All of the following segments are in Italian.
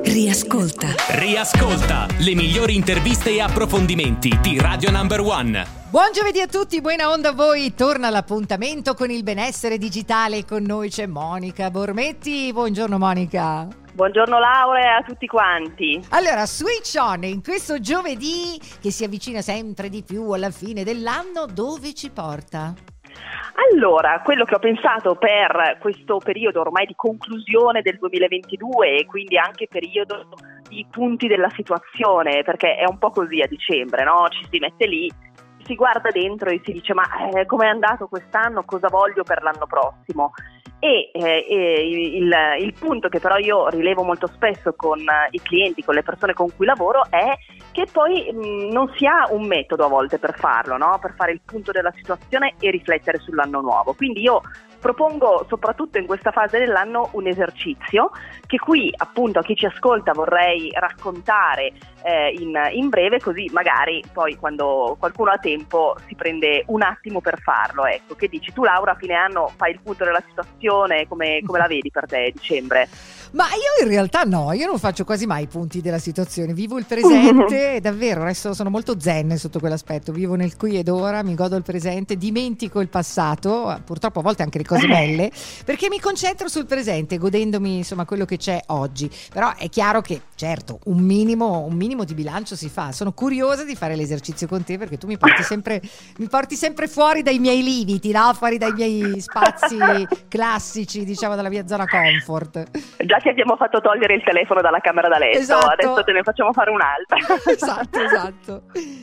Riascolta. Riascolta le migliori interviste e approfondimenti di Radio Number One. Buon giovedì a tutti, buona onda a voi. Torna l'appuntamento con il benessere digitale. Con noi c'è Monica Bormetti. Buongiorno Monica. Buongiorno Laura e a tutti quanti. Allora, Switch On in questo giovedì che si avvicina sempre di più alla fine dell'anno, dove ci porta? Allora, quello che ho pensato per questo periodo ormai di conclusione del 2022 e quindi anche periodo di punti della situazione, perché è un po' così a dicembre, no? Ci si mette lì, si guarda dentro e si dice ma com'è andato quest'anno, cosa voglio per l'anno prossimo? E il punto che però io rilevo molto spesso con i clienti, con le persone con cui lavoro, è che poi non si ha un metodo a volte per farlo, no? Per fare il punto della situazione e riflettere sull'anno nuovo. Quindi io propongo soprattutto in questa fase dell'anno un esercizio che qui appunto a chi ci ascolta vorrei raccontare in breve, così magari poi quando qualcuno ha tempo si prende un attimo per farlo. Ecco, che dici tu Laura, a fine anno fai il punto della situazione, come la vedi per te dicembre? Ma io in realtà no, io non faccio quasi mai i punti della situazione, vivo il presente, davvero, adesso sono molto zen sotto quell'aspetto, vivo nel qui ed ora, mi godo il presente, dimentico il passato, purtroppo a volte anche le cose belle, perché mi concentro sul presente, godendomi insomma quello che c'è oggi. Però è chiaro che certo un minimo di bilancio si fa. Sono curiosa di fare l'esercizio con te, perché tu mi porti sempre fuori dai miei limiti, no? Fuori dai miei spazi classici, diciamo, dalla mia zona comfort. Già ti abbiamo fatto togliere il telefono dalla camera da letto, esatto. Adesso te ne facciamo fare un'altra. Esatto.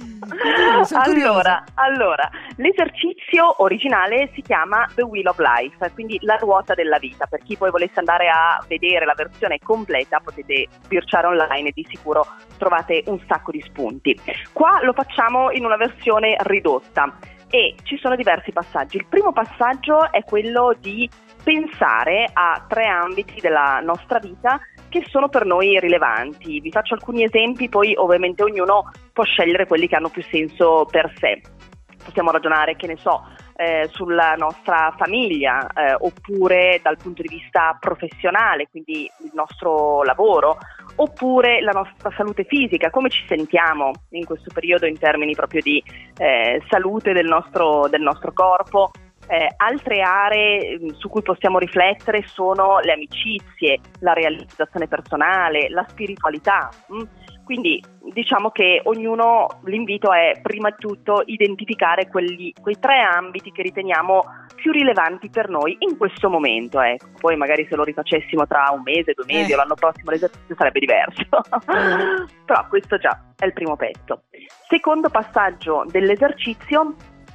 Allora, l'esercizio originale si chiama The Wheel of Life, quindi la ruota della vita. Per chi poi volesse andare a vedere la versione completa potete sbirciare online e di sicuro trovate un sacco di spunti. Qua lo facciamo in una versione ridotta e ci sono diversi passaggi. Il primo passaggio è quello di pensare a 3 ambiti della nostra vita che sono per noi rilevanti. Vi faccio alcuni esempi, poi ovviamente ognuno può scegliere quelli che hanno più senso per sé. Possiamo ragionare, che ne so, sulla nostra famiglia, oppure dal punto di vista professionale, quindi il nostro lavoro, oppure la nostra salute fisica, come ci sentiamo in questo periodo in termini proprio di salute del nostro corpo. Altre aree su cui possiamo riflettere sono le amicizie, la realizzazione personale, la spiritualità. Quindi diciamo che l'invito è prima di tutto identificare quei 3 ambiti che riteniamo più rilevanti per noi in questo momento. Poi magari se lo rifacessimo tra un mese, 2 mesi o l'anno prossimo l'esercizio sarebbe diverso. Però questo già è il primo pezzo. Secondo passaggio dell'esercizio,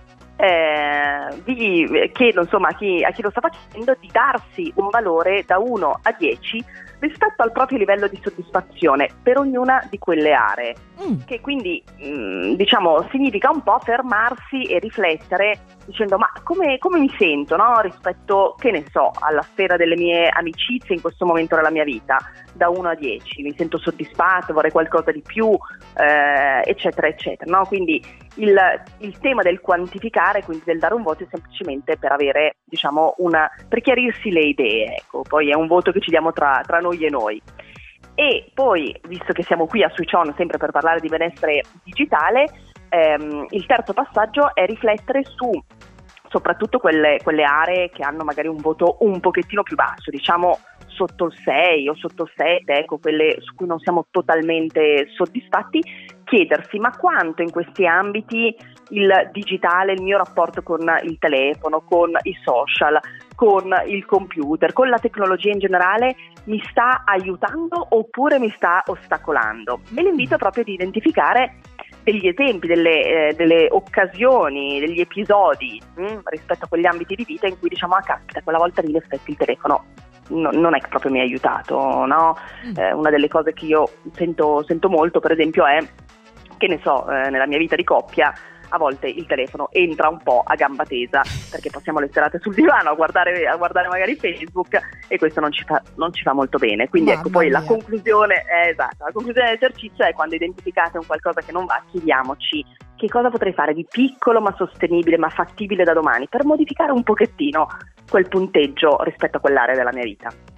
vi chiedo insomma a chi lo sta facendo di darsi un valore da 1 a 10 rispetto al proprio livello di soddisfazione per ognuna di quelle aree, che quindi diciamo significa un po' fermarsi e riflettere dicendo ma come mi sento, no? Rispetto, che ne so, alla sfera delle mie amicizie in questo momento della mia vita, da 1 a 10, mi sento soddisfatto, vorrei qualcosa di più, eccetera eccetera, no? Quindi il tema del quantificare, quindi del dare un voto, è semplicemente per avere, diciamo, per chiarirsi le idee, ecco. Poi è un voto che ci diamo tra noi e noi. E poi, visto che siamo qui a Switch On sempre per parlare di benessere digitale, il terzo passaggio è riflettere su soprattutto quelle aree che hanno magari un voto un pochettino più basso, diciamo sotto il 6 o sotto il 7, ecco, quelle su cui non siamo totalmente soddisfatti, chiedersi ma quanto in questi ambiti il digitale, il mio rapporto con il telefono, con i social, con il computer, con la tecnologia in generale mi sta aiutando oppure mi sta ostacolando. E l'invito è proprio di identificare degli esempi, delle occasioni, degli episodi rispetto a quegli ambiti di vita in cui diciamo caspita, quella volta lì in effetti il telefono non è che proprio mi ha aiutato, no? Una delle cose che io sento molto, per esempio, è che ne so, nella mia vita di coppia a volte il telefono entra un po' a gamba tesa, perché passiamo le serate sul divano a guardare magari Facebook, e questo non ci fa molto bene. Quindi ecco, poi la conclusione dell'esercizio è: quando identificate un qualcosa che non va, chiediamoci che cosa potrei fare di piccolo ma sostenibile, ma fattibile da domani, per modificare un pochettino quel punteggio rispetto a quell'area della mia vita.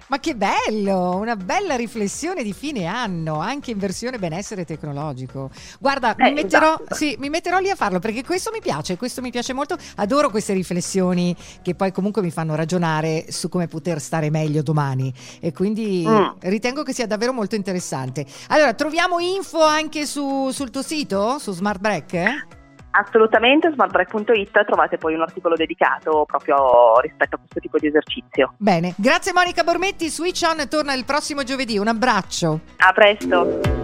Ma che bello, una bella riflessione di fine anno, anche in versione benessere tecnologico. Guarda, mi metterò lì a farlo, perché questo mi piace molto. Adoro queste riflessioni che poi comunque mi fanno ragionare su come poter stare meglio domani, e quindi ritengo che sia davvero molto interessante. Allora, troviamo info anche sul tuo sito, su Smart Break? Assolutamente, smartbreak.it trovate poi un articolo dedicato proprio rispetto a questo tipo di esercizio. Bene, grazie Monica Bormetti. Switch On torna il prossimo giovedì, un abbraccio. A presto.